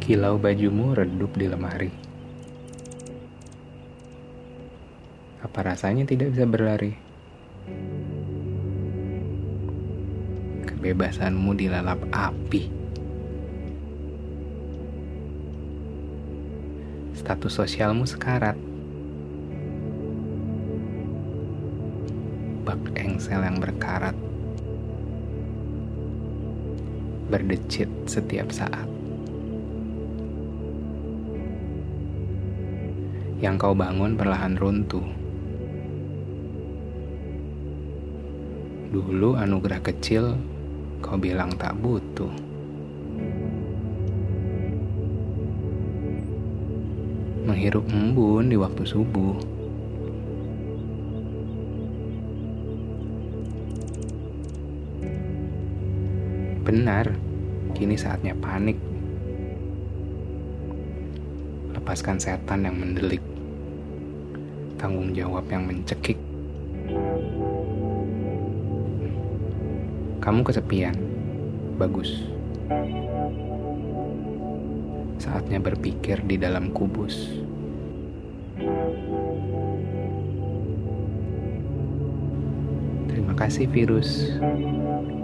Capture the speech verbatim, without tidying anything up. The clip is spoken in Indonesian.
Kilau bajumu redup di lemari. Apa rasanya tidak bisa berlari? Kebebasanmu dilalap api. Status sosialmu sekarat. Bak engsel yang berkarat. Berdecit setiap saat. Yang kau bangun perlahan runtuh. Dulu anugerah kecil kau bilang tak butuh. Menghirup embun di waktu subuh. Benar, kini saatnya panik. Lepaskan setan yang mendelik. Tanggung jawab yang mencekik. Kamu kesepian. Bagus. Saatnya berpikir di dalam kubus. Terima kasih virus.